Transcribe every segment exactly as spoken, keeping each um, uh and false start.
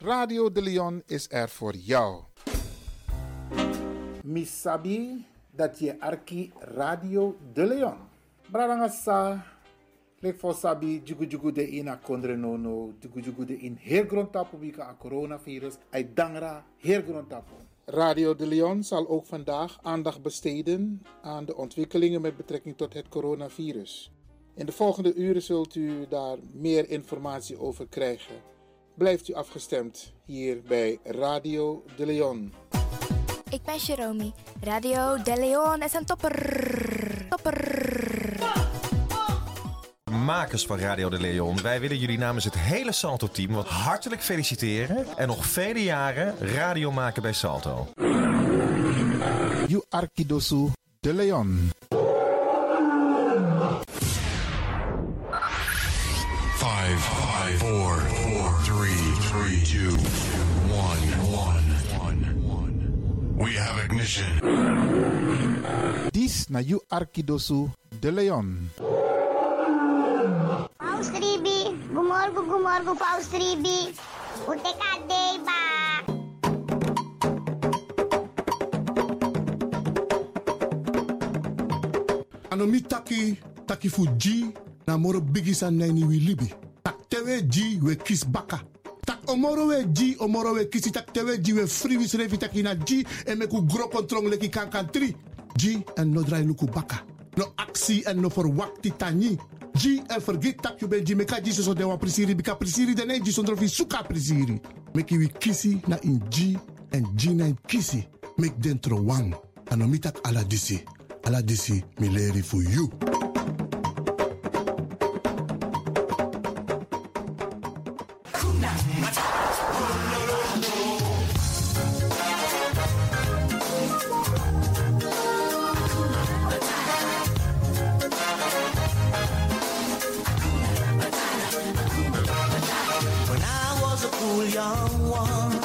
Radio De Leon is er voor jou. Misabi dat je arki Radio De Leon. Brarangasa, lek for sabi jugu jugu de ina kondre nono, jugu jugu de in hergrondtapu wika a coronavirus, ay dangra hergrondtapu. Radio De Leon zal ook vandaag aandacht besteden aan de ontwikkelingen met betrekking tot het coronavirus. In de volgende uren zult u daar meer informatie over krijgen. Blijft u afgestemd hier bij Radio De Leon. Ik ben Jerome. Radio De Leon is een topper. Topper. Makers van Radio De Leon, wij willen jullie namens het hele Salto-team wat hartelijk feliciteren en nog vele jaren radio maken bij Salto. You Arkidosu De Leon. Five, five, four, four, three, three, two, one, one, one, one. We have ignition. Dis na You Arkidosu De Leon. Paus Ribi, gumorgo gumorgo Paus Ribi. Uteka deba. Anomi taki taki fuji na moro bigisa nani wi libi. Tak tewe ji we kis baka. Tak omoro we ji omoro we kisi tak tewe ji we free wis revi taki na ji en me ku gro kontrong leki kankan tri. Ji en no drai luku baka. No aksi en no verwakti tani. Ji en vergeet tak je ben ji meka ji so de wa prisiri bika prisiri de ne ji sondro fi suka prisiri. Meki wi kisi na in ji en ji na in kisi. Mek dentro wang. Anomi tak ala disi. Ala disi mi leri for you. Young one,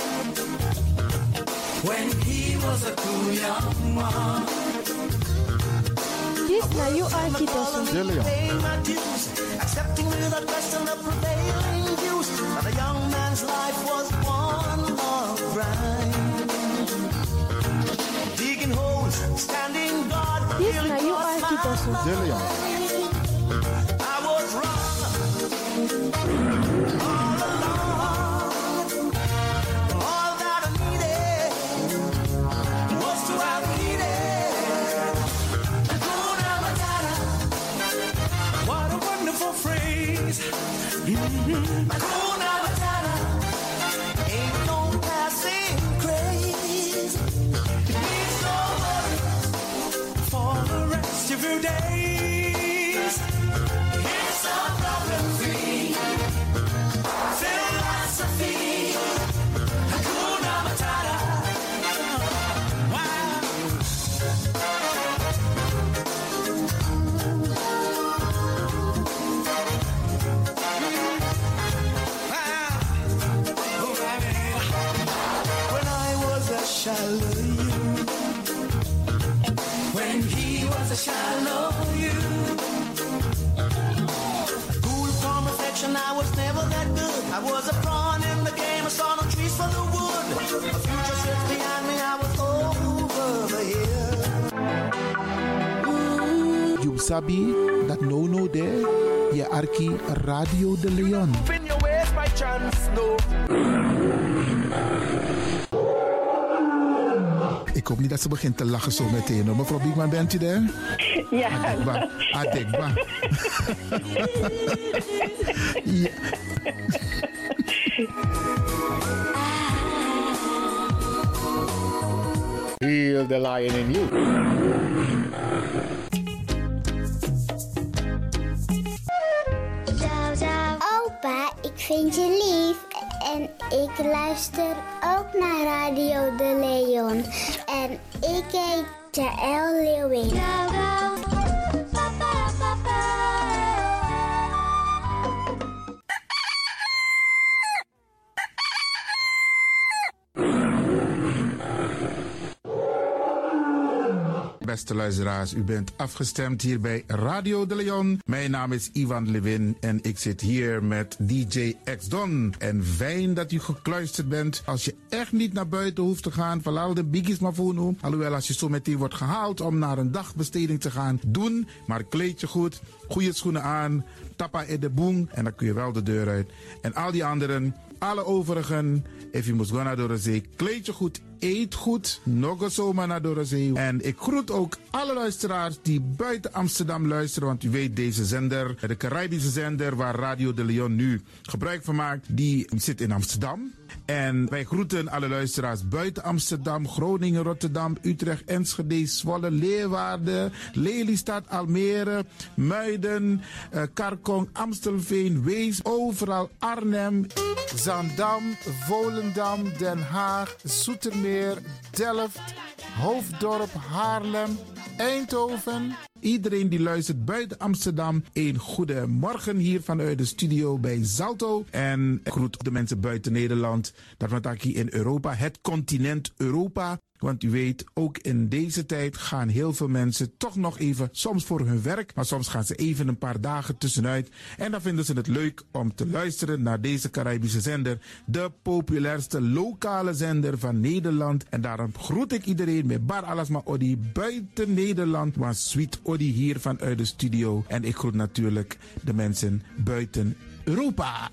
when he was a cool young one. This now you are De Leon. Accepting without question the prevailing views, but a young man's life was one long grind. Digging holes, standing guard. This now you are De Leon. I was wrong all along. Mm-hmm. Hakuna Matata ain't no passing craze. It means no worries for the rest of your days. It's a problem-free philosophy. Hakuna Matata. Shallow you. When he was a shallow you. Cool from affection, I was never that good. I was a pawn in the game, I saw no trees for the wood. A future slipped behind me, I was over the hill. You sabi that no no there. Je arki Radio De Leon. In your ways by chance, no. Ik hoop niet dat ze begint te lachen zo meteen. Hoor. Mevrouw Biekman, bent u daar? Ja. Adekba. Adekba. Ja. Heal the lion in you. Opa, ik vind je lief. En ik luister ook naar Radio De Leon. En ik heet Jaël Leeuwin. beste luisteraars. U bent afgestemd hier bij Radio de Leon. Mijn naam is Ivan Levin en ik zit hier met D J X-Don. En fijn dat u gekluisterd bent. Als je echt niet naar buiten hoeft te gaan, verlaal de biggies maar voor nu. Alhoewel, als je zo meteen wordt gehaald om naar een dagbesteding te gaan, doen. Maar kleed je goed, goede schoenen aan, tappa in de boom en dan kun je wel de deur uit. En al die anderen, alle overigen, if je moet gaan naar de zee, kleed je goed, eet goed, nog eens zomaar naar de zee. En ik groet ook alle luisteraars die buiten Amsterdam luisteren, want u weet, deze zender, de Caribische zender waar Radio de Leon nu gebruik van maakt, die zit in Amsterdam. En wij groeten alle luisteraars buiten Amsterdam, Groningen, Rotterdam, Utrecht, Enschede, Zwolle, Leeuwarden, Lelystad, Almere, Muiden, uh, Karkong, Amstelveen, Wees, overal, Arnhem, Zaandam, Volendam, Den Haag, Zoetermeer, Delft, Hoofddorp, Haarlem, Eindhoven. Iedereen die luistert buiten Amsterdam, een goede morgen hier vanuit de studio bij Zalto. En ik groet de mensen buiten Nederland, dat wat ik hier in Europa, het continent Europa. Want u weet, ook in deze tijd gaan heel veel mensen toch nog even, soms voor hun werk, maar soms gaan ze even een paar dagen tussenuit. En dan vinden ze het leuk om te luisteren naar deze Caribische zender, de populairste lokale zender van Nederland. En daarom groet ik iedereen met Bar Alasma Odi buiten Nederland, maar Sweet Odi hier vanuit de studio. En ik groet natuurlijk de mensen buiten Europa.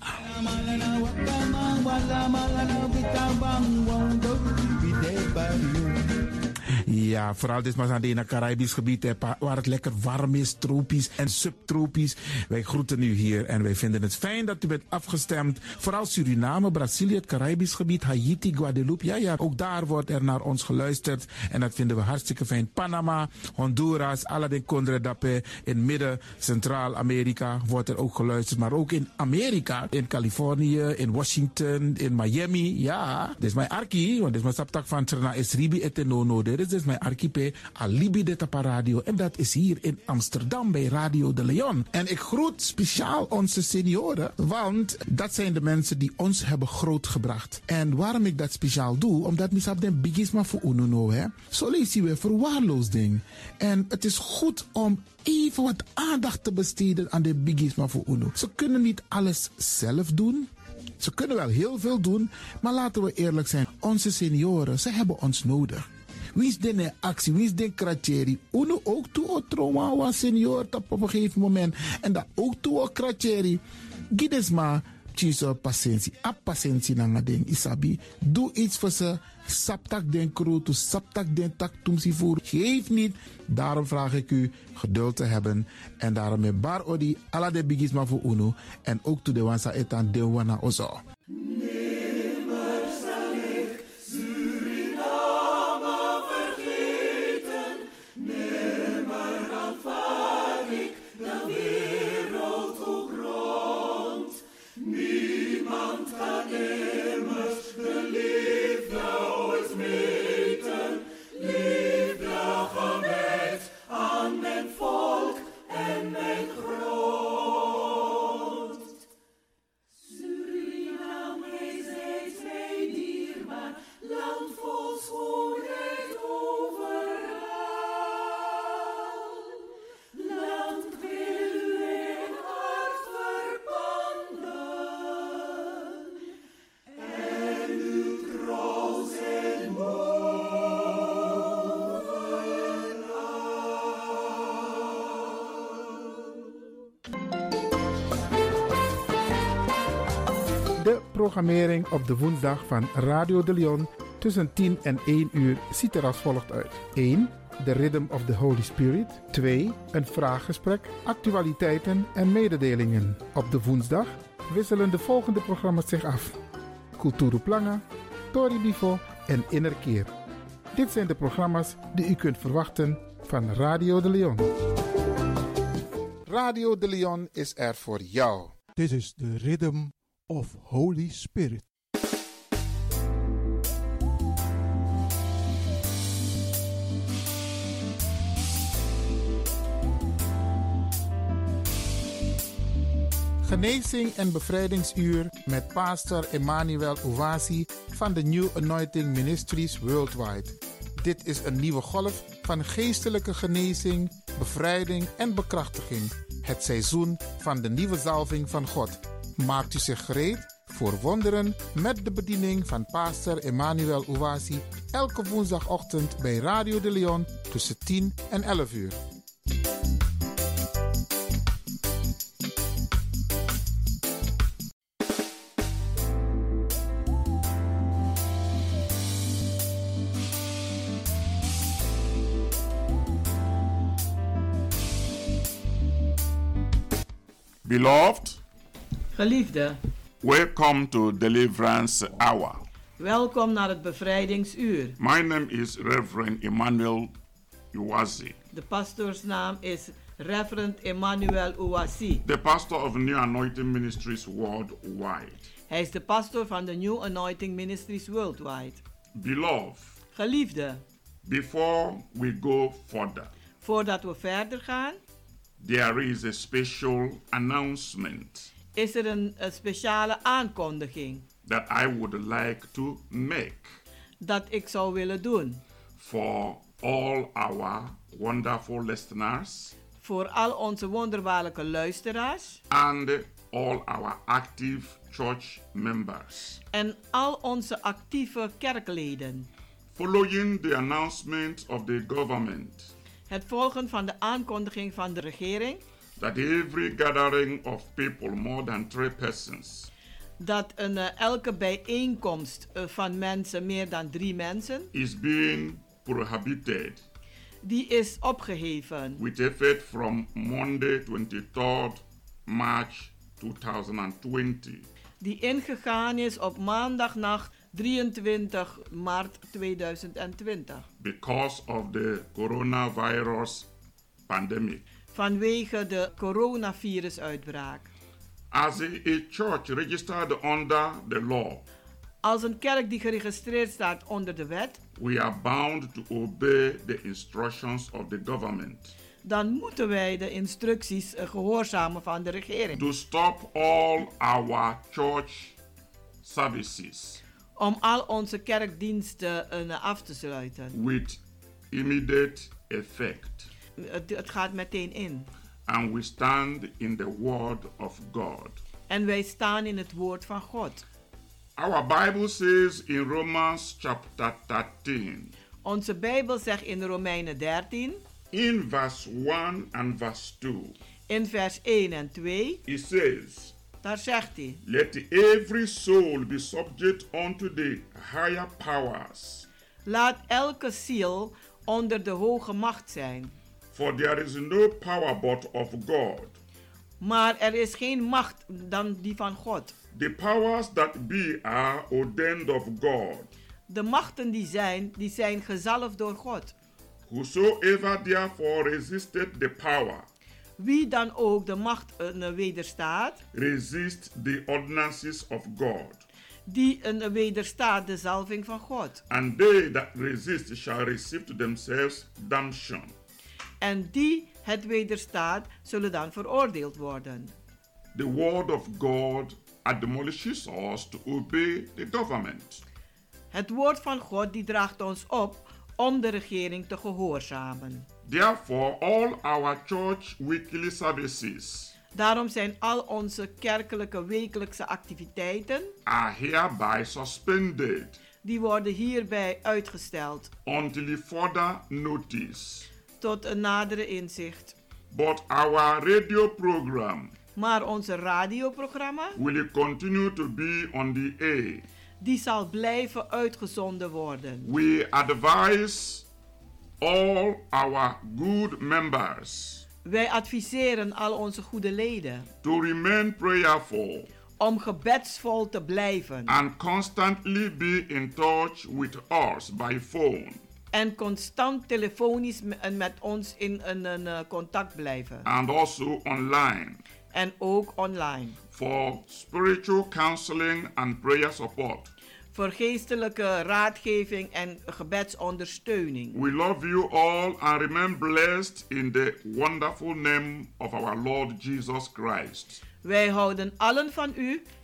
Ja, vooral dit maar aan het Caribisch gebied, hè, waar het lekker warm is, tropisch en subtropisch. Wij groeten u hier en wij vinden het fijn dat u bent afgestemd. Vooral Suriname, Brazilië, het Caribisch gebied, Haiti, Guadeloupe. Ja, ja, ook daar wordt er naar ons geluisterd en dat vinden we hartstikke fijn. Panama, Honduras, Aladdin Condre Dapé, in midden, Centraal-Amerika wordt er ook geluisterd. Maar ook in Amerika, in Californië, in Washington, in Miami. Ja, dit is mijn arki, want dit is mijn saptak van Trena Esribi et Nono. Dit is mijn archipel Alibi de Tapa Radio. En dat is hier in Amsterdam bij Radio de Leon. En ik groet speciaal onze senioren, want dat zijn de mensen die ons hebben grootgebracht. En waarom ik dat speciaal doe, omdat misap den bigisma voor ununo, hè. Zo lezen we verwaarloosding. En het is goed om even wat aandacht te besteden aan de bigisma voor uno. Ze kunnen niet alles zelf doen. Ze kunnen wel heel veel doen, maar laten we eerlijk zijn. Onze senioren, ze hebben ons nodig. Wie is de actie, wie is de kratjeri? Uno ook toe o trauma wa senior op een gegeven moment. En dat ook toe o kratjeri. Gides maar, tjiso patiëntie. A patiëntie na ding, isabi. Doe iets voor ze. Saptak den kroto, saptak den tak tumsi voer. Geef niet. Daarom vraag ik u geduld te hebben. En daarom met bar odi, ala de bigisma voor uno. En ook toe de wansa etan de wana ozo. De programmering op de woensdag van Radio de Leon tussen tien en één uur ziet er als volgt uit. één. The Rhythm of the Holy Spirit. twee. Een vraaggesprek, actualiteiten en mededelingen. Op de woensdag wisselen de volgende programma's zich af. Kulturu Planga, Tori Bifo en Innerkeer. Dit zijn de programma's die u kunt verwachten van Radio de Leon. Radio de Leon is er voor jou. This is the Rhythm of Holy Spirit. Genezing en bevrijdingsuur met pastor Emmanuel Owasi van de New Anointing Ministries Worldwide. Dit is een nieuwe golf van geestelijke genezing, bevrijding en bekrachtiging. Het seizoen van de nieuwe zalving van God. Maakt u zich gereed voor wonderen met de bediening van pastor Emmanuel Ouassi elke woensdagochtend bij Radio de Leon tussen tien en elf uur. Beloved, Geliefde, welcome to Deliverance Hour. welkom naar het bevrijdingsuur. My name is Reverend Emmanuel Ouassi, De pastoorsnaam is Reverend Emmanuel Ouassi. the pastor of New Anointing Ministries worldwide. Hij is de pastor van de New Anointing Ministries Worldwide. Beloved, Geliefde, before we go further, voordat we verder gaan, there is a special announcement is er een, een speciale aankondiging that I would like to make dat ik zou willen doen. for all our wonderful listeners Voor al onze wonderbaarlijke luisteraars and all our active church members. en al onze actieve kerkleden. Following the announcement of the government Het volgen van de aankondiging van de regering that every gathering of people more than three persons dat een, uh, elke bijeenkomst uh, van mensen, meer dan drie mensen, is being prohibited die is opgeheven with effect from Monday twenty-third March twenty twenty. die ingegaan is op maandagnacht drieëntwintig maart tweeduizend twintig because of the coronavirus pandemic. vanwege de coronavirusuitbraak. As a, a church registered under the law, Als een kerk die geregistreerd staat onder de wet, we are bound to obey the instructions of the government dan moeten wij de instructies uh, gehoorzamen van de regering. to stop all our church services Om al onze kerkdiensten uh, af te sluiten. with immediate effect. Het, het gaat meteen in. And we stand in the word of God. En wij staan in het woord van God. Our Bible says in Romans chapter thirteen, Onze Bijbel zegt in Romeinen dertien, in verse one and verse two, in vers één en twee, it says, daar zegt hij: let every soul be subject unto the higher powers, laat elke ziel onder de hoge macht zijn. for there is no power but of God. Maar er is geen macht dan die van God. The powers that be are ordained of God. De machten die zijn, die zijn gezalfd door God. Whosoever therefore resisted the power, Wie dan ook de macht uh, wederstaat, resist the ordinances of God. die uh, wederstaat de zalving van God. And they that resist shall receive to themselves damnation. En die het wederstaat, zullen dan veroordeeld worden. The word of God admonishes us to obey the government. Het woord van God die draagt ons op om de regering te gehoorzamen. Therefore, all our church weekly services Daarom zijn al onze kerkelijke wekelijkse activiteiten, are hereby suspended die worden hierbij uitgesteld until further notice. tot een nadere inzicht. But our radio program Maar onze radioprogramma, will continue to be on the air. die zal blijven uitgezonden worden. We advise all our good members Wij adviseren al onze goede leden to remain prayerful om gebedsvol te blijven and constantly be in touch with us by phone en constant telefonisch me- met ons in een, een, uh, contact blijven. and also online En ook online. for spiritual counseling and prayer support. Voor geestelijke raadgeving en gebedsondersteuning. We love you all and remain blessed in the wonderful name of our Lord Jesus Christ. Wij houden allen van u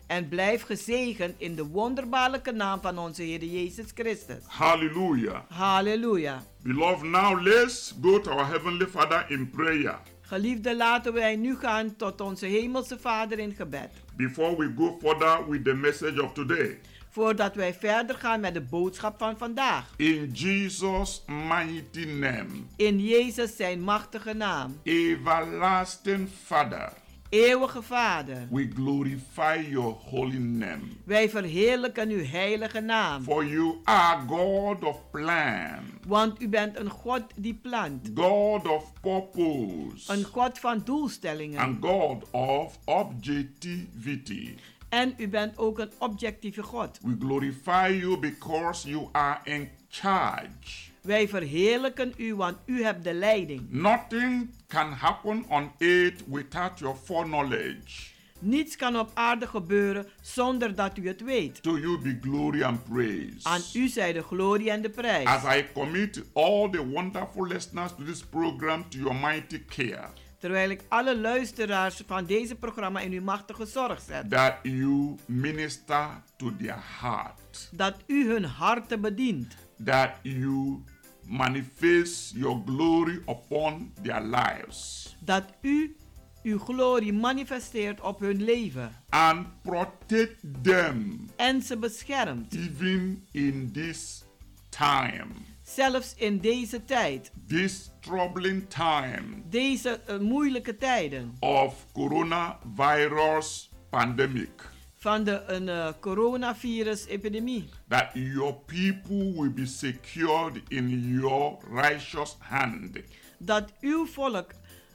En blijf gezegend in de wonderbaarlijke naam van onze Heer Jezus Christus. Hallelujah. Halleluja. Beloved, now let's go to our Heavenly Father in prayer. Geliefde, laten wij nu gaan tot onze Hemelse Vader in gebed. Before we go further with the message of today. Voordat wij verder gaan met de boodschap van vandaag. In Jesus' mighty name. In Jezus zijn machtige naam. Everlasting Father. Eeuwige Vader. We glorify your holy name. Wij verheerlijken uw heilige naam. For you are God of plan. Want u bent een God die plant. God of purpose. Een God van doelstellingen. And God of objectivity. En u bent ook een objectieve God. We glorify you because you are in charge. Wij verheerlijken u, want u hebt de leiding. Nothing can happen on earth without your foreknowledge. Niets kan op aarde gebeuren zonder dat u het weet. To you be glory and praise. Aan u zij de glorie en de prijs. As I commit all the wonderful listeners to this program to your mighty care. Terwijl ik alle luisteraars van deze programma in uw machtige zorg zet. That you minister to their heart. Dat u hun harten bedient. That you manifest your glory upon their lives. Dat u uw glorie manifesteert op hun leven. And protect them. En ze beschermt. Even in this time. Zelfs in deze tijd. This troubling time. Deze uh, moeilijke tijden. Of coronavirus pandemic. Van de een uh, coronavirus-epidemie. That your people will be secured in your righteous hand. Dat uw volk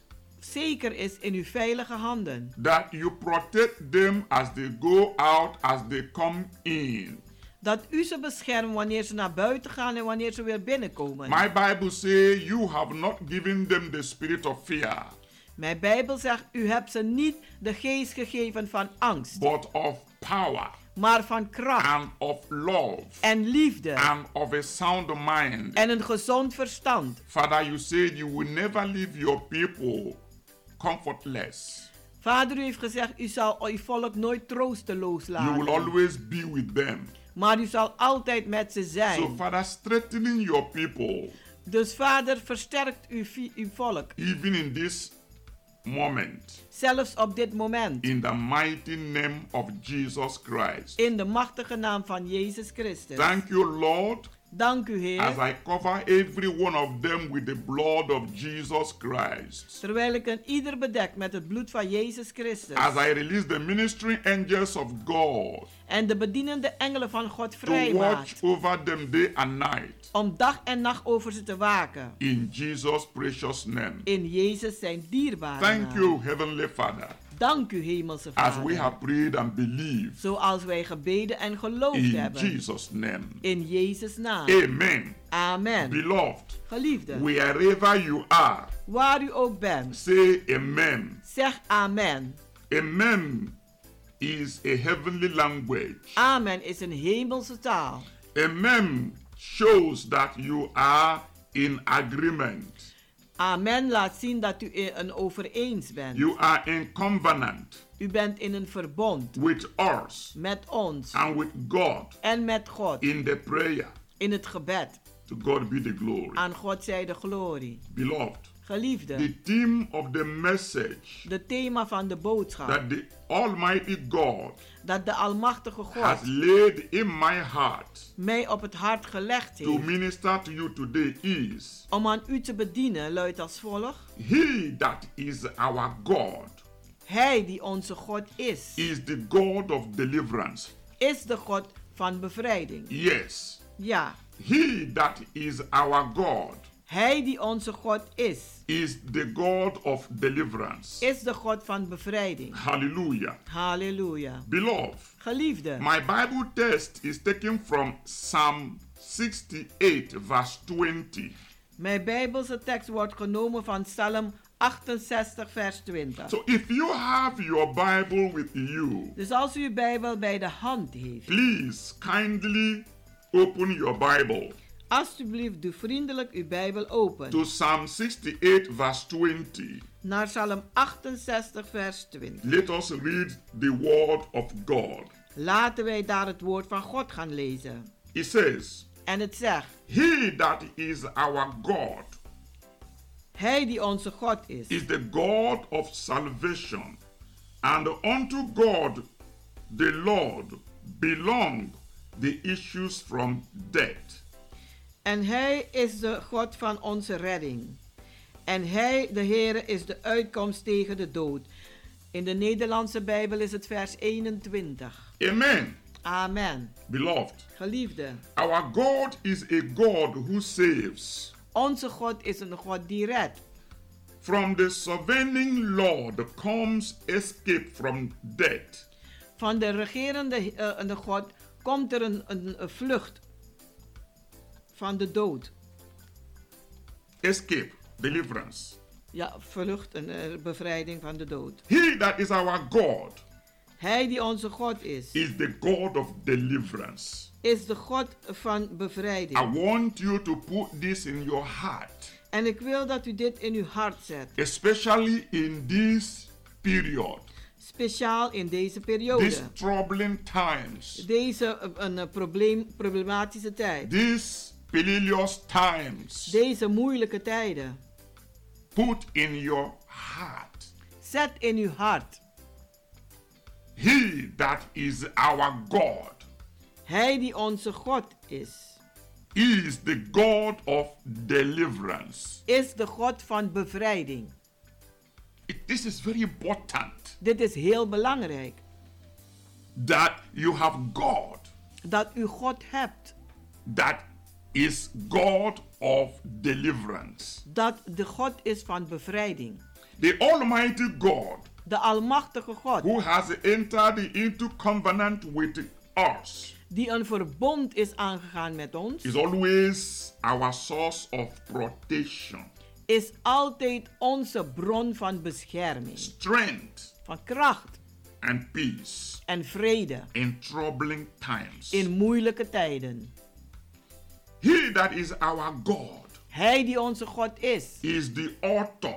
zeker is in uw veilige handen. That you protect them as they go out, as they come in. Dat u ze beschermt wanneer ze naar buiten gaan en wanneer ze weer binnenkomen. My Bible says you have not given them the spirit of fear. Mijn Bijbel zegt, u hebt ze niet de geest gegeven van angst. But of power. Maar van kracht. And of love. En liefde. And of a sound mind. En een gezond verstand. Father, you said you will never leave your people comfortless. Vader, u heeft gezegd, u zal uw volk nooit troosteloos laten. You will always be with them. Maar u zal altijd met ze zijn. So Father, strengthening your people. Dus Vader, versterkt uw, uw volk. Even in this moment. Zelfs op dit moment. In the mighty name of Jesus Christ. In de machtige naam van Jezus Christus. Thank you, Lord. Dank u, Heer. As I cover every one of them with the blood of Jesus Christ. Terwijl ik een ieder bedek met het bloed van Jezus Christus. As I release the ministering angels of God. En de bedienende engelen van God To vrijmaakt. watch over them day and night. Om dag en nacht over ze te waken. In Jesus' precious name. In Jezus zijn dierbare Thank naam. you, Heavenly Father. Dank u, Hemelse Vader. As we have prayed and believed. Zoals wij gebeden en geloofd in hebben. In Jesus' name. In Jezus' naam. Amen. Amen. Beloved. Geliefde. Wherever you are. Waar u ook bent. Say amen. Zeg amen. Amen is a heavenly language. Amen is een hemelse taal. Amen shows that you are in agreement. Amen laat zien dat u een overeens bent. You are in covenant. U bent in een verbond. With us. Met ons. And with God. En met God. In the prayer. In het gebed. To God be the glory. Aan God zij de glorie. Beloved. Geliefde. The theme of the message. De thema van de boodschap. That the Almighty God. Dat de almachtige God. Has laid in my heart. Mij op het hart gelegd heeft. To minister to you today is. Om aan u te bedienen luidt als volgt. He that is our God. Hij die onze God is. Is the God of deliverance. Is de God van bevrijding. Yes. Ja. He that is our God. Hij die onze God is. Is the God of deliverance. Is de God van bevrijding. Hallelujah. Hallelujah. Beloved. Geliefde. My Bible text is taken from Psalm sixty-eight verse twenty. Mijn Bijbelse tekst wordt genomen van Psalm achtenzestig vers twintig. So if you have your Bible with you. Dus als u uw Bijbel bij de hand heeft. Please kindly open your Bible. Alsjeblieft, doe vriendelijk uw Bijbel open. To Psalm sixty-eight verse twenty. Naar Psalm achtenzestig, vers twintig. Let us read the word of God. Laten wij daar het woord van God gaan lezen. It says, En het zegt, He that is our God Hij die onze God is, is the God of salvation, and unto God the Lord belong the issues from death. En Hij is de God van onze redding. En Hij, de Heere, is de uitkomst tegen de dood. In de Nederlandse Bijbel is het vers eenentwintig. Amen. Amen. Beloved, Geliefde, our God is a God who saves. onze God is een God die redt. From the sovereign Lord comes escape from death. Van de regerende uh, de God komt er een, een, een vlucht van de dood. Escape, deliverance. Ja, vlucht, een uh, bevrijding van de dood. He that is our God Hij die onze God is, is the God of deliverance. is de God van bevrijding. I want you to put this in your heart. En ik wil dat u dit in uw hart zet. Especially in this period. Speciaal in deze periode. These troubling times. Deze uh, een uh, probleem, problematische tijd. These perilous times. Deze moeilijke tijden. Put in your heart. Zet in uw hart. He that is our God. Hij die onze God is. Is the God of deliverance. Is de God van bevrijding. It, this is very important. Dit is heel belangrijk. That you have God. Dat u God hebt. That is God of deliverance. Dat de God is van bevrijding. The Almighty God. De almachtige God. Who has entered into covenant with us. Die een verbond is aangegaan met ons. Is always our source of protection. Is altijd onze bron van bescherming. Strength. Van kracht. And peace. En vrede. In troubling times. In moeilijke tijden. He that is our God. Hij die onze God is. Is the author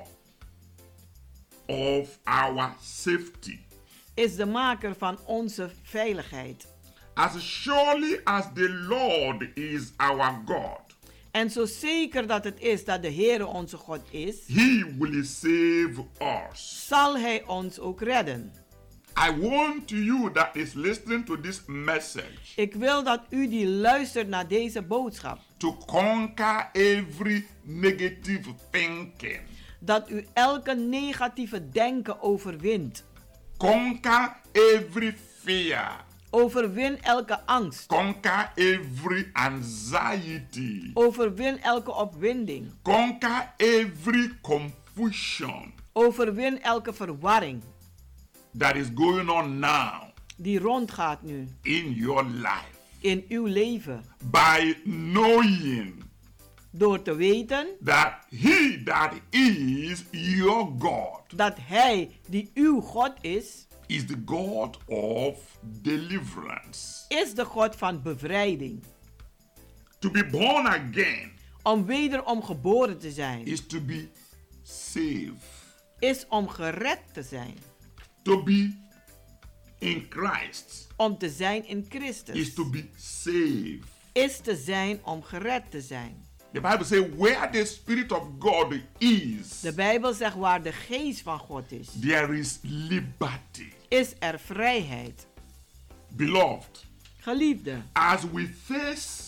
of our safety. Is de maker van onze veiligheid. As surely as the Lord is our God. En zo zeker dat het is dat de Heere onze God is. He will save us. Zal Hij ons ook redden. I want you that is listening to this message. Ik wil dat u die luistert naar deze boodschap. To conquer every negative thinking. Dat u elke negatieve denken overwint. Conquer every fear. Overwin elke angst. Conquer every anxiety. Overwin elke opwinding. Conquer every confusion. Overwin elke verwarring. That is going on now. Die rondgaat nu. In your life. In uw leven. By knowing. Door te weten. That he that is your God. Dat hij die uw God is. Is the God of deliverance. Is de God van bevrijding. To be born again. Om wederom geboren te zijn. Is to be saved. Is om gered te zijn. To be in Christ. Om te zijn in Christus. Is to be saved. Is te zijn om gered te zijn. The Bible says where the Spirit of God is. De Bijbel zegt waar de geest van God is. There is liberty. Is er vrijheid. Beloved. Geliefde. As we face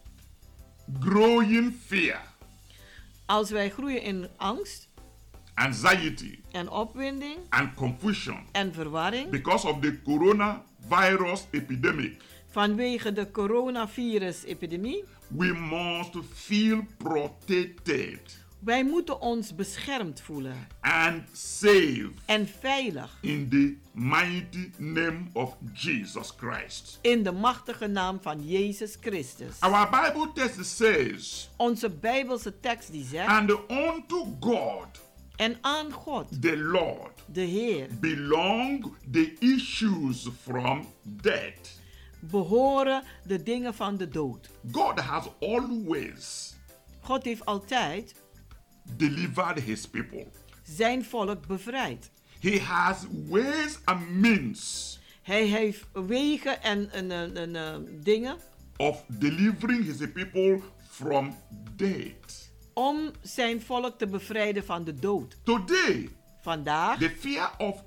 growing fear. Als wij groeien in angst. Anxiety. En opwinding. And confusion. En verwarring. Because of the coronavirus epidemic. Vanwege de coronavirus-epidemie. We must feel protected. Wij moeten ons beschermd voelen. And safe. En veilig. In the mighty name of Jesus Christ. In de machtige naam van Jezus Christus. Our Bible text says. Onze Bijbelse tekst die zegt. And unto God. En aan God. The Lord. De Heer. Belong the issues from death. Behoren de dingen van de dood. God has always. God heeft altijd. Delivered his people. zijn volk bevrijdt. He has ways and means Hij heeft wegen en, en, en, en uh, dingen of delivering his people from death. om zijn volk te bevrijden van de dood. Today, Vandaag, the fear of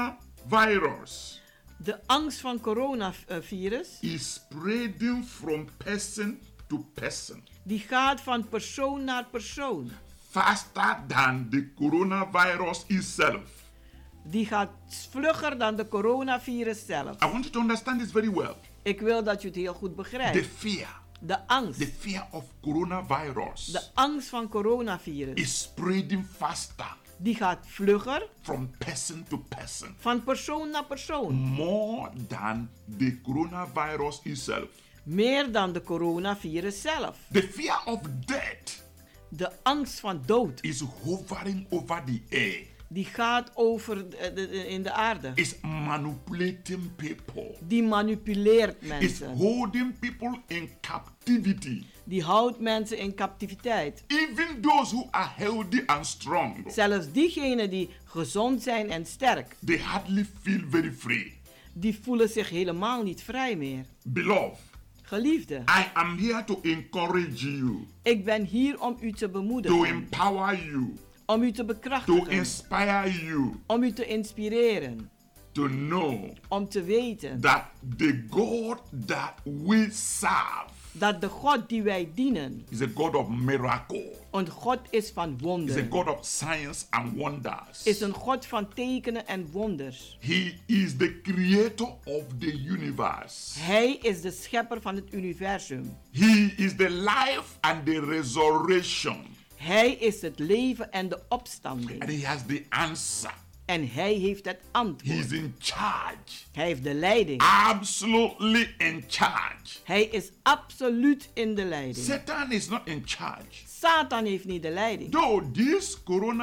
coronavirus de angst van coronavirus, is spreading from person to person die gaat van persoon naar persoon. faster than the coronavirus itself. Die gaat vlugger dan de coronavirus zelf. I want you to understand this very well. Ik wil dat je het heel goed The begrijpt. fear, De angst, the fear of coronavirus de angst van coronavirus, is spreading faster die gaat vlugger from person to person, van persoon naar persoon. more than the coronavirus itself. Meer dan de coronavirus zelf. The fear of death De angst van dood, is hovering over the air, die gaat over de, de- de- in de aarde. is manipulating people, Die manipuleert is mensen. holding people in captivity. Die houdt mensen in captiviteit. Even those who are healthy and strong, Zelfs diegenen die gezond zijn en sterk, they hardly feel very free. die voelen zich helemaal niet vrij meer. Beloved, Geliefde, I am here to encourage you, ik ben hier om u te to bemoedigen, empower you, om u te to bekrachtigen, inspire you om u te inspireren, to know om te weten that the God that we serve dat de God die wij dienen, is a God of miracle, een God is van is a wonderen, God of signs and wonders. is een God van tekenen en wonders. He is the creator of the universe. Hij is de schepper van het universum. He is the life and the resurrection. Hij is het leven en de opstanding. And he has the answer. En hij heeft het He is antwoord. in charge. Hij heeft de leiding. Absolutely in charge. Hij is absoluut in de leiding. Satan is not in charge. Satan heeft niet de leiding. Though this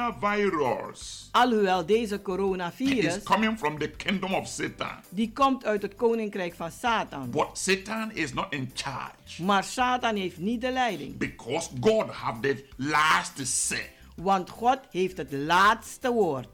coronavirus Alhoewel deze is coronavirus, coming from the kingdom of Satan, die komt uit het koninkrijk van Satan. but Satan is not in charge Maar Satan heeft niet de leiding. because God have the last say. Want God heeft het laatste woord.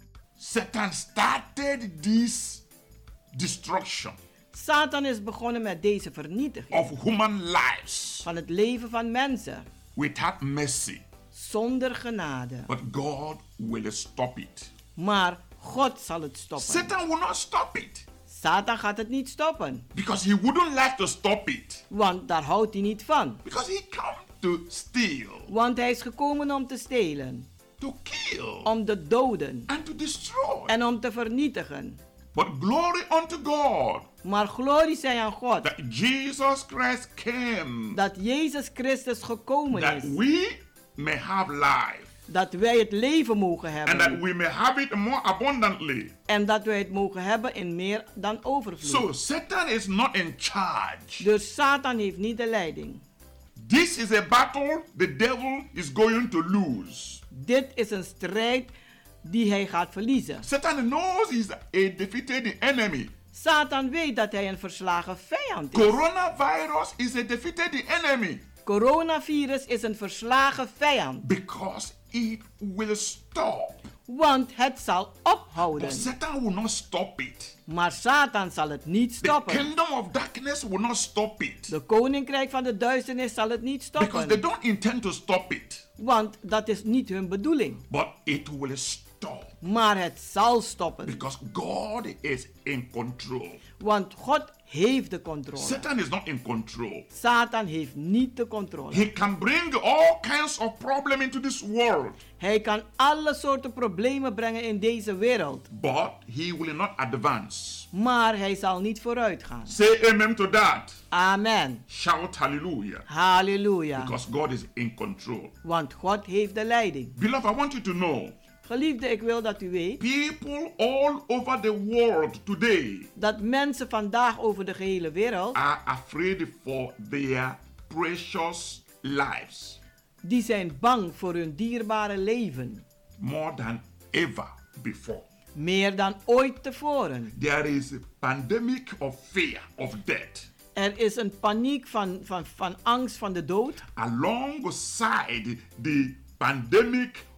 Satan started this destruction Satan is begonnen met deze vernietiging of human lives van het leven van mensen without mercy, zonder genade. but God will stop it. Maar God zal het stoppen. Satan will not stop it Satan gaat het niet stoppen. because he wouldn't like to stop it, Want daar houdt hij niet van. because he come to steal, Want hij is gekomen om te stelen, to kill, om te doden and to destroy. en om te vernietigen. But glory unto God Maar glorie zij aan God that Jesus Christ came dat Jezus Christus gekomen that is. we may have life Dat wij het leven mogen and that hebben. we may have it more abundantly. En dat wij het mogen hebben in meer dan So overvloed. Satan is not in charge. Dus Satan heeft niet de leiding. This is a battle the devil is going to lose. Dit is een strijd die hij gaat verliezen. Satan knows he's a defeated enemy. Satan weet dat hij een verslagen vijand is. Coronavirus is a defeated enemy Coronavirus is een verslagen vijand. because it will stop. Want het zal ophouden. But Satan will not stop it. Maar Satan zal het niet The stoppen. kingdom of darkness will not stop it De koninkrijk van de duisternis zal het niet because they stoppen. don't intend to stop it. Want dat is niet hun bedoeling. But it will stop Maar het zal stoppen. because God is in control. Want God heeft de controle. Satan is not in control. Satan heeft niet de controle. He can bring all kinds of problems into this world, Hij kan alle soorten problemen brengen in deze wereld. but he will not advance. Maar hij zal niet vooruit gaan. Say amen to that. Amen. Shout hallelujah. Halleluja. Because God is in control. Want God heeft de leiding. Beloved, I want you to know, Geliefde, ik wil dat u weet people all over the world today dat mensen vandaag over de gehele wereld, are afraid for their precious lives die zijn bang voor hun dierbare leven. more than ever before. Meer dan ooit tevoren. There is a pandemic of fear of death Er is een paniek van, van, van angst van de dood. alongside the pandemic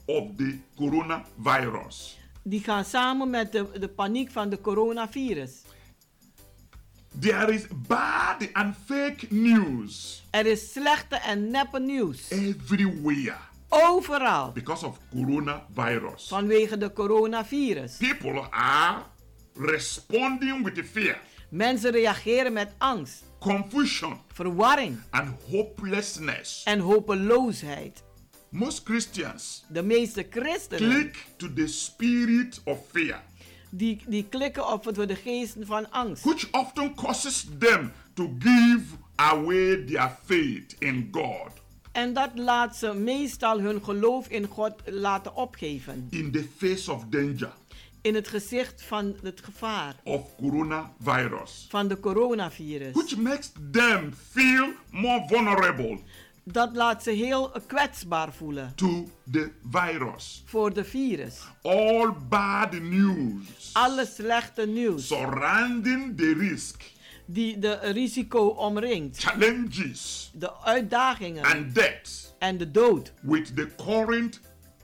of the coronavirus. Die gaan samen met de, de paniek van de coronavirus. There is bad and fake news. Er is slechte en neppe nieuws. Everywhere. Overal. Because of coronavirus. Vanwege de coronavirus. People are responding with fear. Mensen reageren met angst. Confusion. Verwarring. And hopelessness. En hopeloosheid. Most Christians. De meeste christenen. Click to the spirit of fear. Die, die klikken op de geest van angst. Which often causes them to give away their faith in God. En dat laat ze meestal hun geloof in God laten opgeven. In the face of danger. In het gezicht van het gevaar. Of coronavirus. Van de coronavirus. Which makes them feel more vulnerable. Dat laat ze heel kwetsbaar voelen. To the virus. Voor de virus. All bad news. Alle slechte nieuws. Surrounding the risk. Die de risico omringt. Challenges. De uitdagingen. And death. En de dood. With the current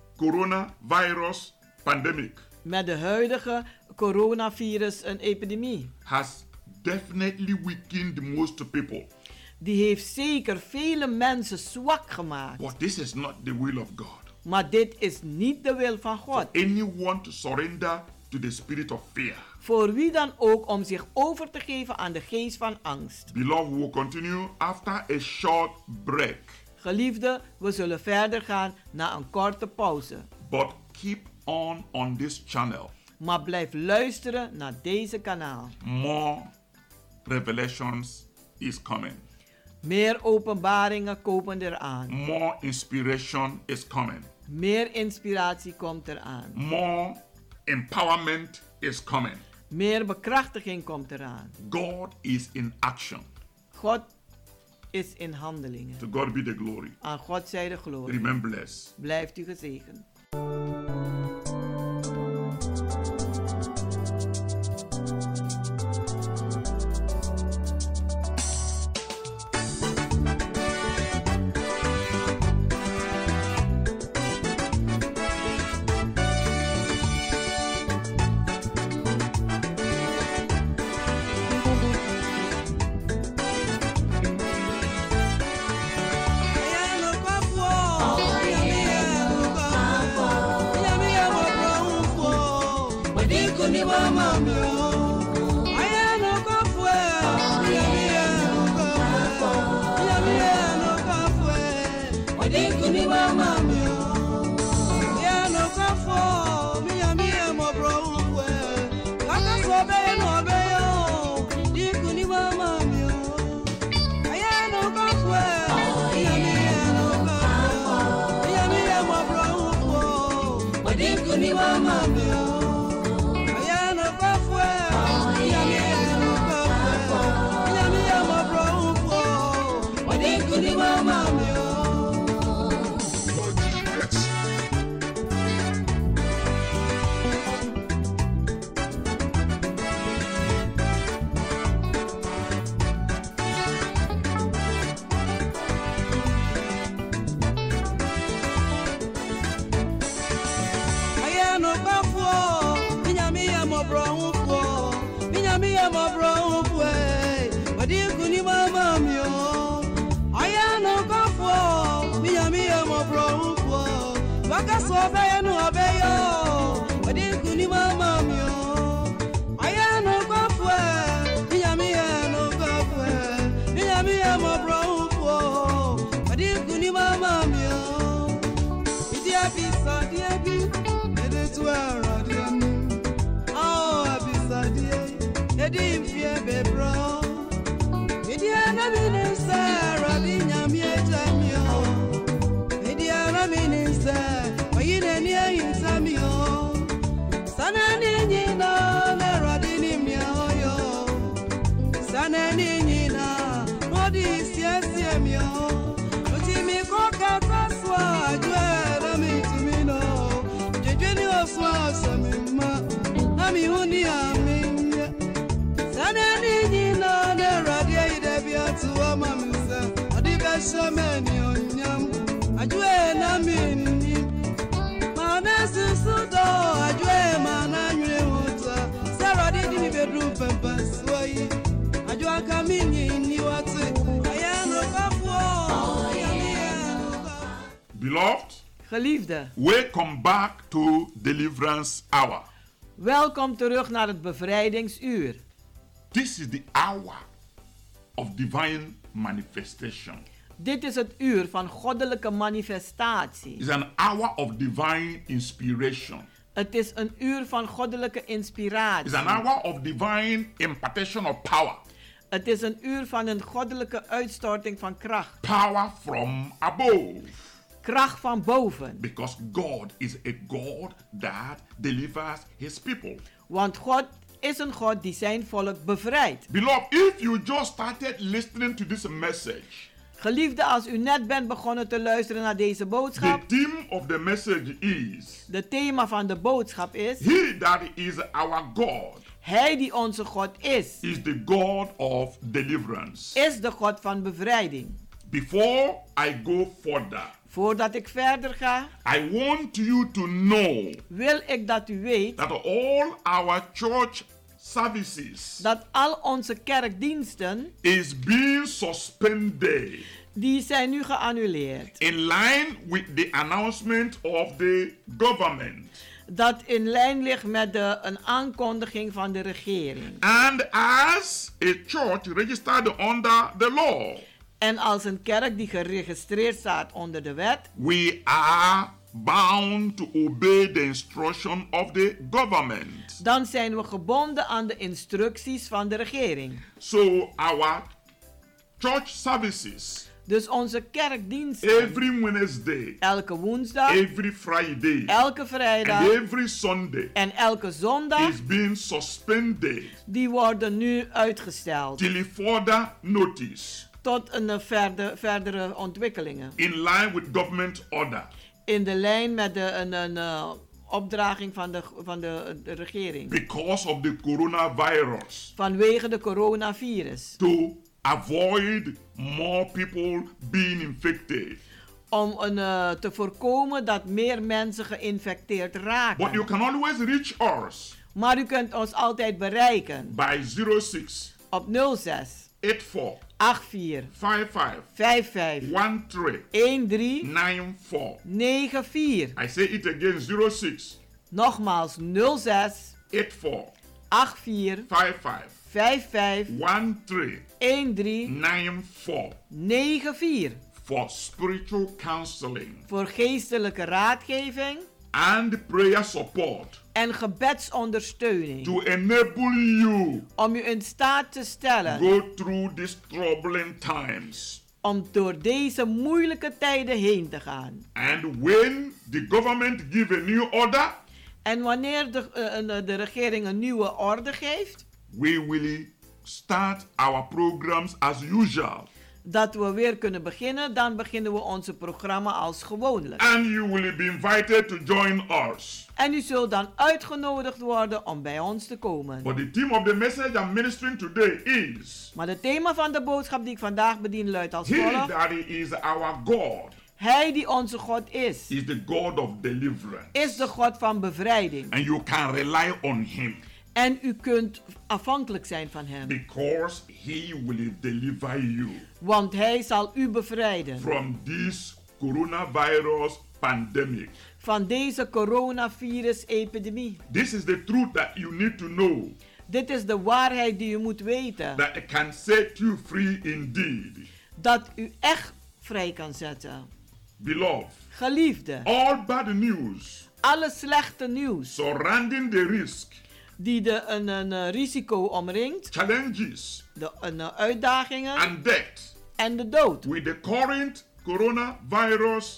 coronavirus pandemic. Met de huidige coronavirus een epidemie. Has definitely weakened most people. Die heeft zeker vele mensen zwak gemaakt. But this is not the will of God. Maar dit is niet de wil van God. For anyone to surrender to the spirit of fear. Voor wie dan ook om zich over te geven aan de geest van angst. Beloved, we will continue after a short break. Geliefde, we zullen verder gaan na een korte pauze. But keep on on this channel. Maar blijf luisteren naar deze kanaal. More revelations is coming. Meer openbaringen komen eraan. More inspiration is coming. Meer inspiratie komt eraan. More empowerment is coming. Meer bekrachtiging komt eraan. God is in action. God is in handelingen. To God be the glory. Aan God zij de glorie. Remain blessed. Blijft u gezegend. Beloved, Geliefde, welcome back to Deliverance Hour. welkom terug naar het bevrijdingsuur. This is the hour of divine manifestation. Dit is het uur van goddelijke manifestatie. It's an hour of divine inspiration. Het is een uur van goddelijke inspiratie. It's an hour of divine impartation of power. Het is een uur van een goddelijke uitstorting van kracht. Power from above. Kracht van boven. Because God is a God that delivers his people. Want God is een God die zijn volk bevrijdt. Beloved, if you just started listening to this message, Geliefde, als u net bent begonnen te luisteren naar deze boodschap. The theme of the message is, de thema van de boodschap is, He that is our God, Hij die onze God is, is the God of deliverance. Is de God van bevrijding. Before I go further, Voordat ik verder ga, I want you to know, wil ik dat u weet, that all our church services, dat al onze kerkdiensten, is being suspended, die zijn nu geannuleerd. In line with the announcement of the government. Dat in lijn ligt met de, een aankondiging van de regering. And as a church registered under the law, en als een kerk die geregistreerd staat onder de wet, we are bound to obey the instruction of the government. Dan zijn we gebonden aan de instructies van de regering. So our church services, dus onze kerkdiensten, every Wednesday, elke woensdag, every Friday, elke vrijdag, and every Sunday, en elke zondag, is being suspended, die worden nu uitgesteld. Till further notice. Tot een verder, verdere ontwikkelingen. In line with government order. In de lijn met de een, een, uh, opdraging van de, van de, de regering. Because of the coronavirus. Vanwege de coronavirus. To avoid more people being infected. Om een, uh, te voorkomen dat meer mensen geïnfecteerd raken. But you can always reach us. Maar u kunt ons altijd bereiken. By zero six. Op nul zes. eight four. acht vier. vijf vijf. vijf vijf. one three. een drie. nine four. negen vier. I say it again. zero six. Nogmaals nul zes. eight four. acht vier. vijf vijf. vijf vijf. one three. een drie. nine four. negen vier. For spiritual counseling. Voor geestelijke raadgeving. And prayer support. En gebedsondersteuning. To enable you. Om u in staat te stellen. Go through these troubling times. Om door deze moeilijke tijden heen te gaan. And when the government give a new order. En wanneer de, uh, de regering een nieuwe orde geeft. We will start our programs as usual. Dat we weer kunnen beginnen, dan beginnen we onze programma als gewoonlijk. And you will be invited to join us. En u zult dan uitgenodigd worden om bij ons te komen. But the theme of the message I'm ministering today is. Maar het thema van de boodschap die ik vandaag bedien luidt als volgt. He that is our God. Hij die onze God is. Is the God of deliverance. Is de God van bevrijding. And you can rely on him. En u kunt afhankelijk zijn van hem. Because he will deliver you. Want hij zal u bevrijden. From this coronavirus pandemic. Van deze coronavirus-epidemie. This is the truth that you need to know. Dit is de waarheid die u moet weten. That it can set you free indeed. Dat u echt vrij kan zetten. Beloved. Geliefde. All bad news. Alle slechte nieuws. Surrounding the risk. Die de een, een risico omringt. Challenges. De een, uitdagingen. And death. En de dood. With the current coronavirus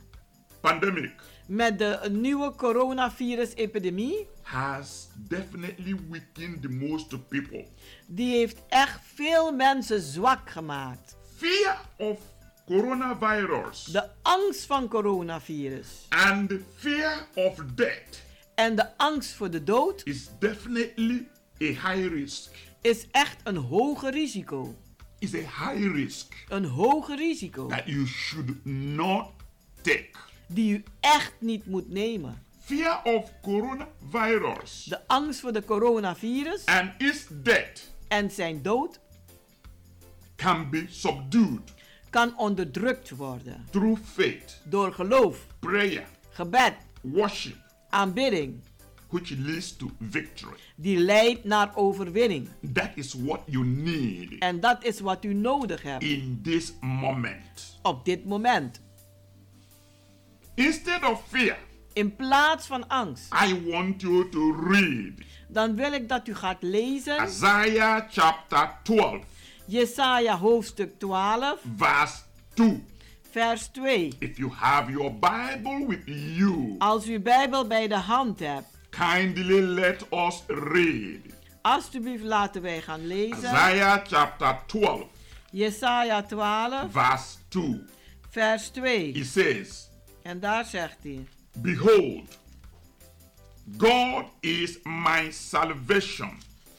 pandemic. Met de nieuwe coronavirus-epidemie. Has definitely weakened the most people. Die heeft echt veel mensen zwak gemaakt. Fear of coronavirus. De angst van coronavirus. And the fear of death. En de angst voor de dood. Is definitely a high risk. Is echt een hoger risico. Is a high risk. Een hoger risico. That you should not take. Die u echt niet moet nemen. Fear of coronavirus. De angst voor de coronavirus. And its death. En zijn dood. Can be subdued. kan onderdrukt worden. Through faith, door geloof, prayer, gebed, worship, aanbidding, which leads to victory. Die leidt naar overwinning. That is what you need. En dat is wat u nodig hebt. In this moment. Op dit moment. Instead of fear. In plaats van angst. I want you to read. Dan wil ik dat u gaat lezen. Isaiah chapter twelve. Jesaja hoofdstuk twaalf. Verse two. Vers twee. If you have your Bible with you. Als u Bijbel bij de hand hebt. Kindly let us read. Alsjeblieft laten wij gaan lezen. Isaiah chapter twelve. Jesaja twaalf. Verse two. Vers twee. He says. En daar zegt hij. Behold, God is my salvation.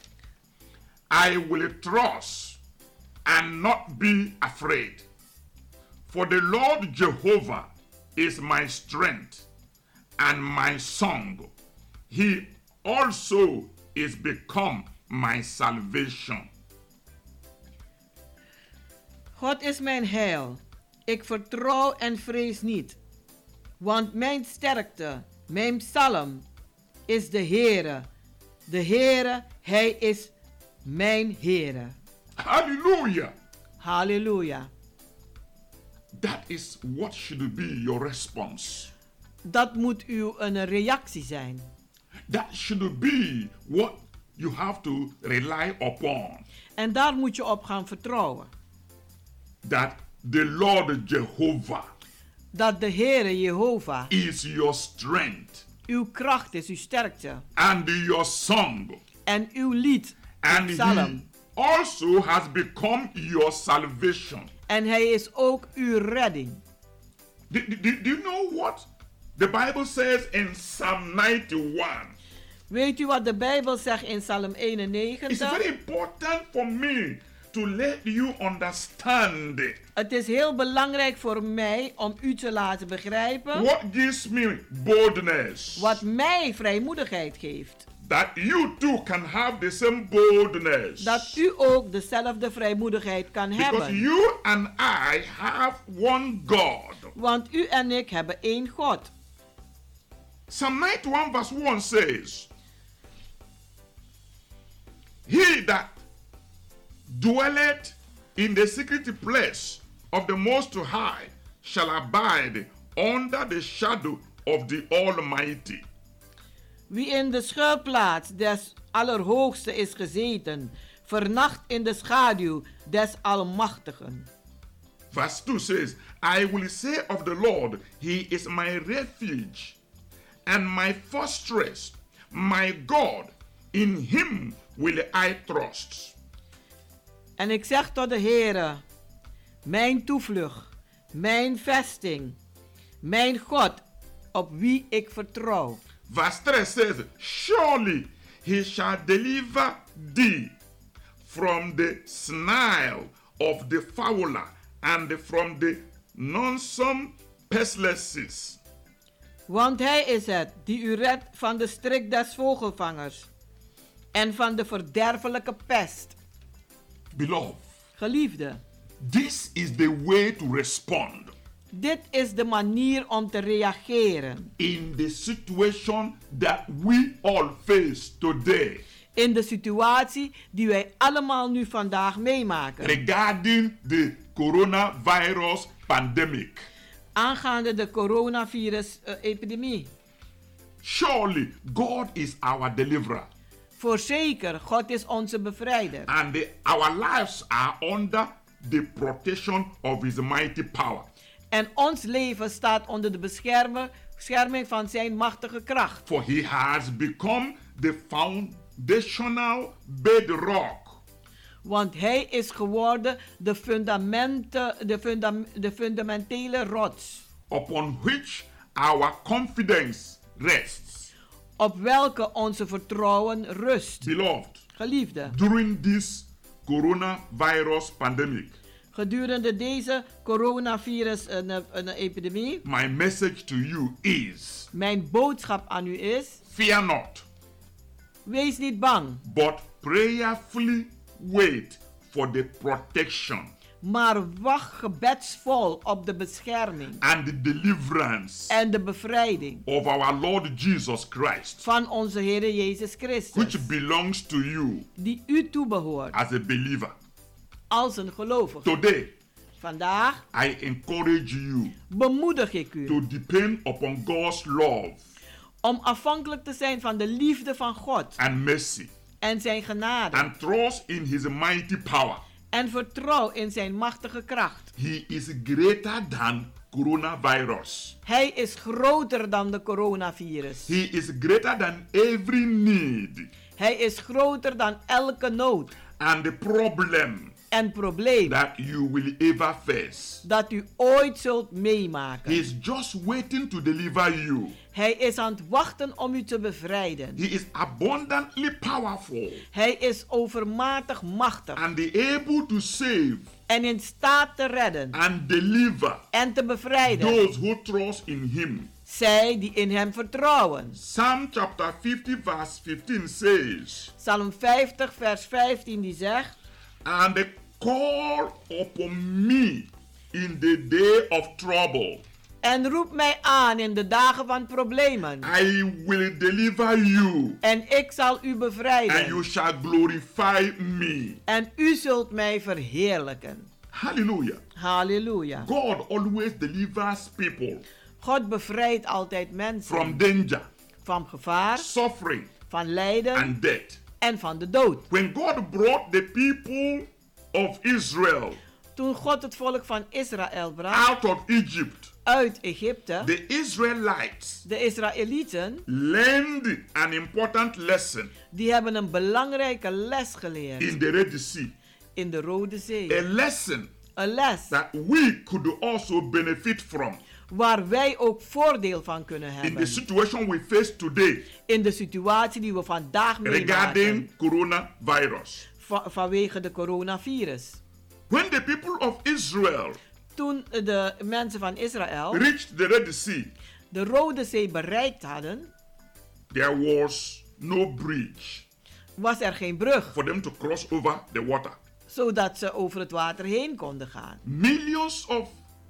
I will trust and not be afraid. For the Lord Jehovah is my strength and my song. He also is become my salvation. God is mijn heil. Ik vertrouw en vrees niet. Want mijn sterkte, mijn psalm, is de Heere. De Heere, Hij is mijn Heere. Hallelujah. Halleluja. That is what should be your response. Dat moet uw een reactie zijn. That should be what you have to rely upon. En daar moet je op gaan vertrouwen. That the Lord Jehovah. Dat de Heere Jehovah is your strength. Uw kracht is uw sterkte. And your song. En uw lied. And psalm. he also has become your salvation. En hij is ook uw redding. Do, do, do you know what the Bible says in Psalm ninety-one? Weet u wat de Bijbel zegt in Psalm eenennegentig? It's very important for me to let you understand it. Het is heel belangrijk voor mij om u te laten begrijpen. What gives me boldness? Wat mij vrijmoedigheid geeft. That you too can have the same boldness. Dat u ook dezelfde vrijmoedigheid kan Because hebben. Because you and I have one God. Want u en ik hebben één God. Psalm ninety-one verse one says, He that dwelleth in the secret place of the Most High shall abide under the shadow of the Almighty. Wie in de schuilplaats des Allerhoogste is gezeten, vernacht in de schaduw des Almachtigen. Verse two says, I will say of the Lord, He is my refuge and my fortress, my God, in Him will I trust. En ik zeg tot de Heere, mijn toevlucht, mijn vesting, mijn God, op wie ik vertrouw. Verse three says, surely he shall deliver thee from the snare of the fowler and from the noisome pestilences. Want hij is het die u redt van de strik des vogelvangers en van de verderfelijke pest. Beloved, geliefde, this is the way to respond. Dit is de manier om te reageren. In the situation that we all face today. In de situatie die wij allemaal nu vandaag meemaken. Regarding the coronavirus pandemic. Aangaande de coronavirus-epidemie. Uh, Surely God is our deliverer. Voorzeker, God is onze bevrijder. And the, our lives are under the protection of His mighty power. En ons leven staat onder de bescherming van zijn machtige kracht. For He has become the foundational bedrock. Want hij is geworden de, fundamenten, de, fundam, de fundamentele rots. Upon which our confidence rests. Op welke onze vertrouwen rust. Beloved, geliefde, during this coronavirus pandemic. Gedurende deze coronavirus een, een epidemie. My message to you is. Mijn boodschap aan u is. Fear not. Wees niet bang. But prayerfully wait for the protection. Maar wacht gebedsvol op de bescherming and the deliverance en de bevrijding of our Lord Jesus Christ, van onze Heer Jezus Christus, which belongs to you die u toebehoort as a believer. als een gelovige. Today, Vandaag I encourage you bemoedig ik u to depend upon God's love om afhankelijk te zijn van de liefde van God and mercy en zijn genade and trust in his mighty power. en vertrouw in zijn machtige kracht. He is greater than coronavirus. Hij is groter dan de coronavirus. He is greater than every need Hij is groter dan elke nood and the problem en probleem that you will ever face. dat u ooit zult meemaken. He is just waiting to deliver you. Hij is aan het wachten om u te bevrijden. He is abundantly powerful Hij is overmatig machtig and able to save en in staat te redden and deliver en te bevrijden those who trust in him. zij die in hem vertrouwen. Psalm chapter fifty verse fifteen says, Psalm vijftig vers vijftien die zegt: and call upon me in the day of trouble. En roep mij aan in de dagen van problemen. I will deliver you. En ik zal u bevrijden. And you shall glorify me. En u zult mij verheerlijken. Hallelujah. Halleluja. God always delivers people. God bevrijdt altijd mensen. From danger. Van gevaar. Suffering. Van lijden. And death. En van de dood. When God brought the people of Israel. Toen God het volk van Israël bracht. Out of Egypt. Uit Egypte. The Israelites. De Israëlieten. Learned an important lesson. Die hebben een belangrijke les geleerd. In the Red Sea. In de Rode Zee. A lesson. Een les. That we could also benefit from. Waar wij ook voordeel van kunnen hebben. In the situation we face today. In de situatie die we vandaag meemaken. Regarding coronavirus. Va- vanwege de coronavirus. When the people of Israel. Toen de mensen van Israël. Reached the Red Sea. De Rode Zee bereikt hadden. There was no bridge. Was er geen brug. For them to cross over the water. Zodat ze over het water heen konden gaan. Millions of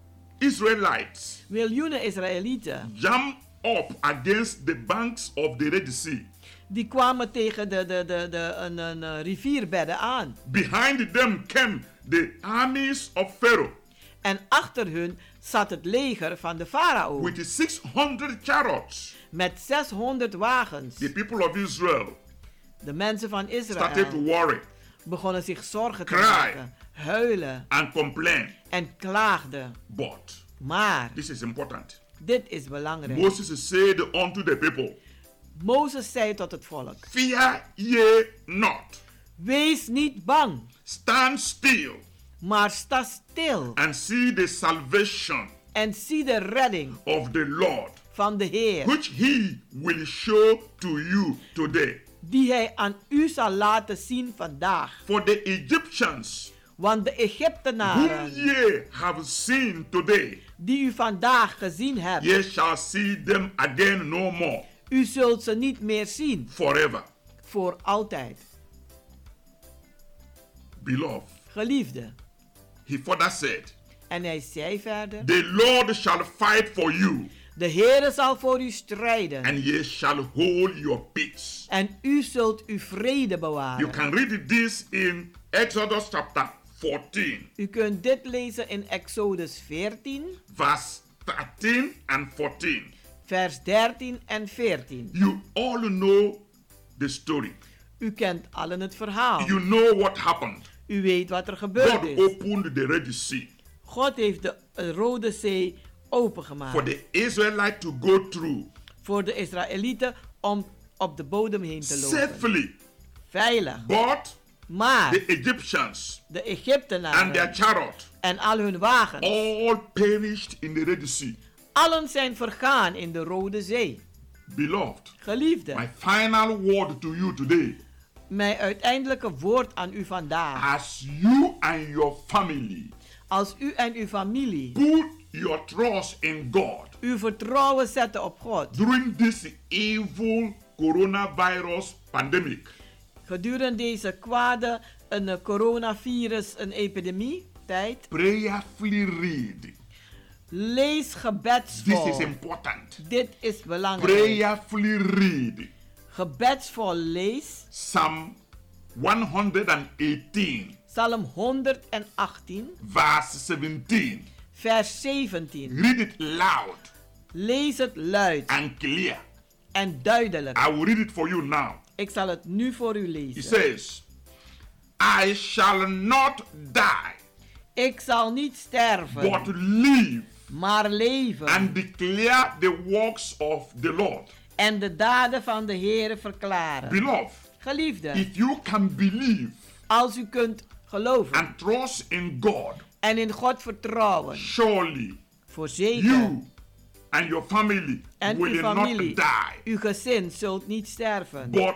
Israelites. Miljoenen Israëlieten. Jam up against the banks of the Red Sea. Die kwamen tegen de, de, de, de een, een, een rivierbedden aan. Behind them came the armies of Pharaoh. En achter hun zat het leger van de farao. With six hundred chariots. Met zeshonderd wagens. The people of Israel. De mensen van Israël. Started to worry. Begonnen zich zorgen te Cry. maken. Huilen. And complain. En klaagden. But. Maar. This is important. Dit is belangrijk. Moses said unto the people. Mozes zei tot het volk. Fear ye not. Wees niet bang. Stand still. Maar sta stil. And see the salvation. En zie de redding. Of the Lord. Van de Heer. Which he will show to you today. Die hij aan u zal laten zien vandaag. For the Egyptians. Want de Egyptenaren. Whom ye have seen today. Die u vandaag gezien hebt. Ye shall see them again no more. U zult ze niet meer zien. Forever. Voor altijd. Beloved. Geliefde. He further said. En hij zei verder. The Lord shall fight for you. De Heere zal voor u strijden. And ye shall hold your peace. En u zult uw vrede bewaren. You can read this in Exodus chapter fourteen. U kunt dit lezen in Exodus veertien. Vers thirteen and fourteen. Vers dertien en veertien. You all know the story. U kent allen het verhaal. You know what happened. U weet wat er gebeurd God is. opened the Red Sea. God heeft de Rode Zee opengemaakt. For the Israelites to go through. Voor de Israëlieten om op de bodem heen te lopen. Safely. Veilig. But maar the Egyptians de Egyptenaren and their chariot en al hun wagens all perished in the Red Sea. Allen zijn vergaan in de Rode Zee. Beloved. Geliefde. My final word to you today. Mijn uiteindelijke woord aan u vandaag. As you and your family. Als u en uw familie. Put your trust in God. Uw vertrouwen zetten op God. During this evil coronavirus pandemic. Gedurende deze kwade een coronavirus, een epidemie. tijd. Prayerfully read. Lees gebedsvol. This is important. Dit is belangrijk. Prayerfully read. Gebedsvol lees. Psalm honderdachttien. Psalm honderdachttien. Verse seventeen. Vers zeventien. Read it loud. Lees het luid. And clear. En duidelijk. I will read it for you now. Ik zal het nu voor u lezen. It says, I shall not die. Ik zal niet sterven. But live. Maar leven. And declare the works of the Lord. En de daden van de Heere verklaren. Beloved. Geliefde. If you can believe. Als u kunt geloven. And trust in God. En in God vertrouwen. Surely. Voorzeker. You and your family en will uw familie, not die. Uw gezin zult niet sterven. But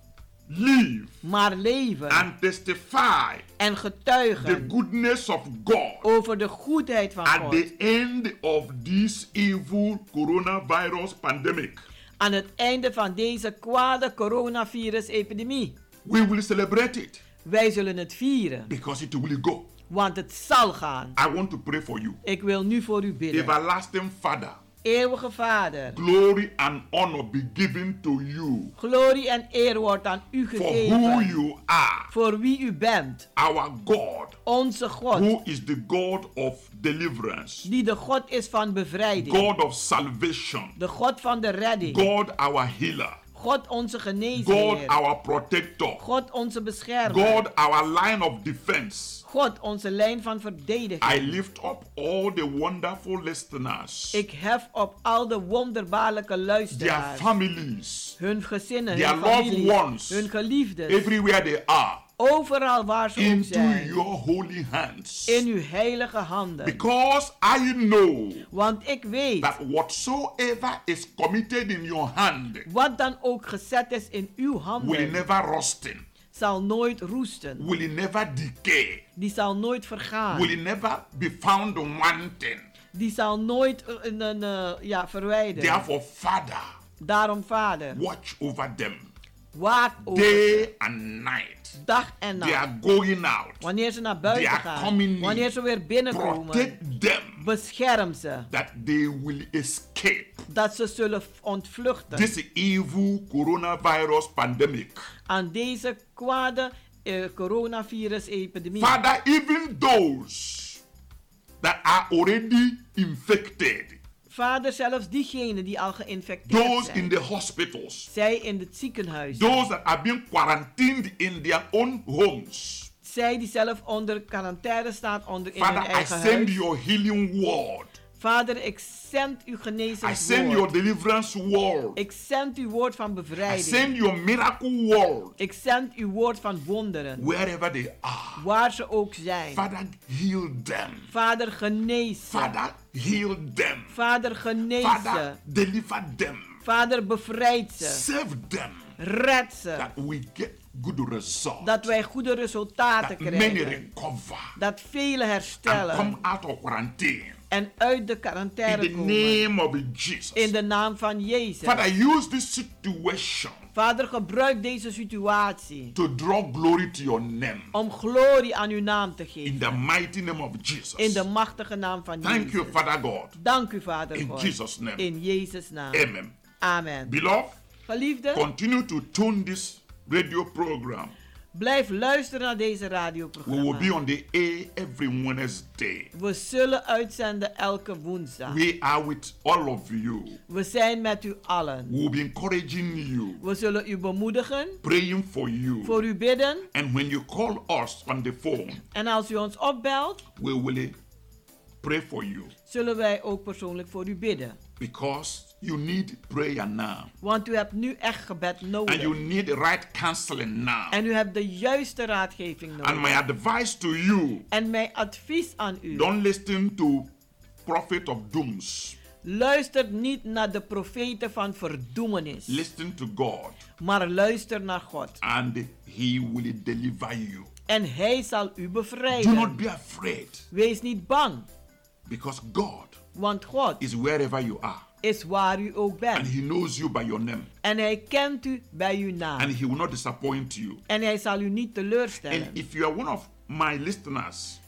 live. Maar leven. And testify. En getuigen. The goodness of God. Over de goedheid van At God. the end of this evil coronavirus pandemic. Aan het einde van deze kwade coronavirus-epidemie. We will celebrate it. Wij zullen het vieren. Because it will go. Want het zal gaan. I want to pray for you. Ik wil nu voor u bidden. Everlasting Father. Eeuwige Vader. Glory and honor be given to you. Glorie en eer wordt aan u gegeven. For who you are. Voor wie u bent. Our God. Onze God. Who is the God of deliverance. Die de God is van bevrijding. God of salvation. De God van de redding. God our healer. God onze geneesheer. God our protector. God onze beschermer. God our line of defense. God onze lijn van verdediging. I lift up all the wonderful listeners. Ik hef op al de wonderbaarlijke luisteraars. Their families. Hun gezinnen, their hun families, loved ones. hun geliefden. Everywhere they are. Overal waar ze ook zijn. Into your holy hands. In uw heilige handen. Because I know. Want ik weet. That whatsoever is committed in your hand. Wat dan ook gezet is in uw handen. Will never rusten. Zal nooit roesten. Will never decay. Die zal nooit vergaan. Will never be found wanting. Die zal nooit uh, uh, uh, ja, verwijderen. Therefore, Father. Daarom, Vader. Watch over them. Waak over day and night. Dag en nacht. They are going out. Wanneer ze naar buiten they gaan. Are coming wanneer ze weer binnenkomen. Protect them. Bescherm ze. That they will escape. Dat ze zullen ontvluchten. This evil coronavirus pandemic. Aan deze kwade uh, coronavirus-epidemie. Father, even those that are already infected. Vader, zelfs diegenen die al geïnfecteerd those zijn. in the hospitals. Zij in het ziekenhuis. Those that are being quarantined in their own homes. Zij die zelf onder quarantaine staan onder in Father, hun eigen I send huis. your healing word. Vader, ik zend uw genezingswoord. I send your deliverance word. Ik zend uw woord van bevrijding. I send your miracle word. Ik zend uw woord van wonderen. Wherever they are. Waar ze ook zijn. Father, heal them. Vader, genees ze. Father, heal them. Vader, genees ze. Father, deliver them. Vader, bevrijd ze. Save them. Red ze. That we get good results. Dat wij goede resultaten That krijgen. many recover. Dat velen herstellen. And come out of quarantine. En uit de quarantaine in the komen. Name of Jesus. In de naam van Jezus. Father, use this situation. Vader, gebruik deze situatie. To draw glory to your name. Om glorie aan uw naam te geven. In the mighty name of Jesus. In de machtige naam van Thank Jezus. you, Father God. Dank u, Vader In God. Jesus' name. In Jezus' naam. Amen. Amen. Beloved, Geliefde, continue to tune this radio program. Blijf luisteren naar deze radioprogramma. We will be on the air every Wednesday. We zullen uitzenden elke woensdag. We are with all of you. We zijn met u allen. We will be encouraging you. We zullen u bemoedigen. Praying for you. Voor u bidden. And when you call us on the phone. En als u ons opbelt. We will pray for you. Zullen wij ook persoonlijk voor u bidden. Because you need prayer now. Want u hebt nu echt gebed nodig. And you need the right counseling now. En u hebt de juiste raadgeving nodig. And my advice to you. En mijn advies aan u. Don't listen to prophet of dooms. Luister niet naar de profeten van verdoemenis. Listen to God. Maar luister naar God. And he will deliver you. En hij zal u bevrijden. Do not be afraid. Wees niet bang. Because God. Want God is wherever you are. Is waar u ook bent. And he knows you by your name. En hij kent u bij uw naam. And he will not disappoint you. En hij zal u niet teleurstellen. And if you are one of my listeners.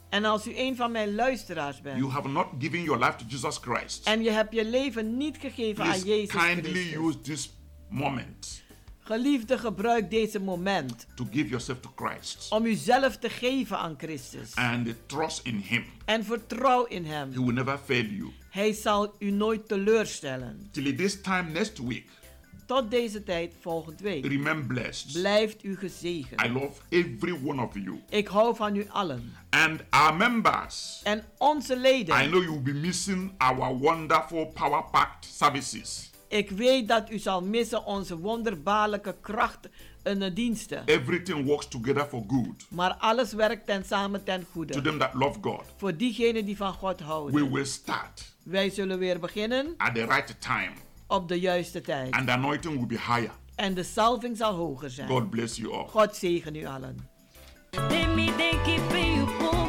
En als u een van mijn luisteraars bent. You have not given your life to Jesus Christ. En je hebt je leven niet gegeven Please aan Jezus kindly Christus. use this moment. Geliefde, gebruik deze moment. To give yourself to Christ. Om uzelf te geven aan Christus. And trust in Him. En vertrouw in hem. He will never fail you. Hij zal u nooit teleurstellen. Till this time next week. Tot deze tijd volgende week. Remain blessed. Blijft u gezegend. I love every one of you. Ik hou van u allen. And our members. En onze leden. I know you will be missing our wonderful power-packed services. Ik weet dat u zal missen onze wonderbaarlijke kracht in de diensten. Everything works together for good. Maar alles werkt ten samen ten goede. To them that love God. Voor diegenen die van God houden. We will start. Wij zullen weer beginnen. At the right time. Op de juiste tijd. And the anointing will be higher. En de salving zal hoger zijn. God bless you all. God zegen u allen. Demi de ki pe u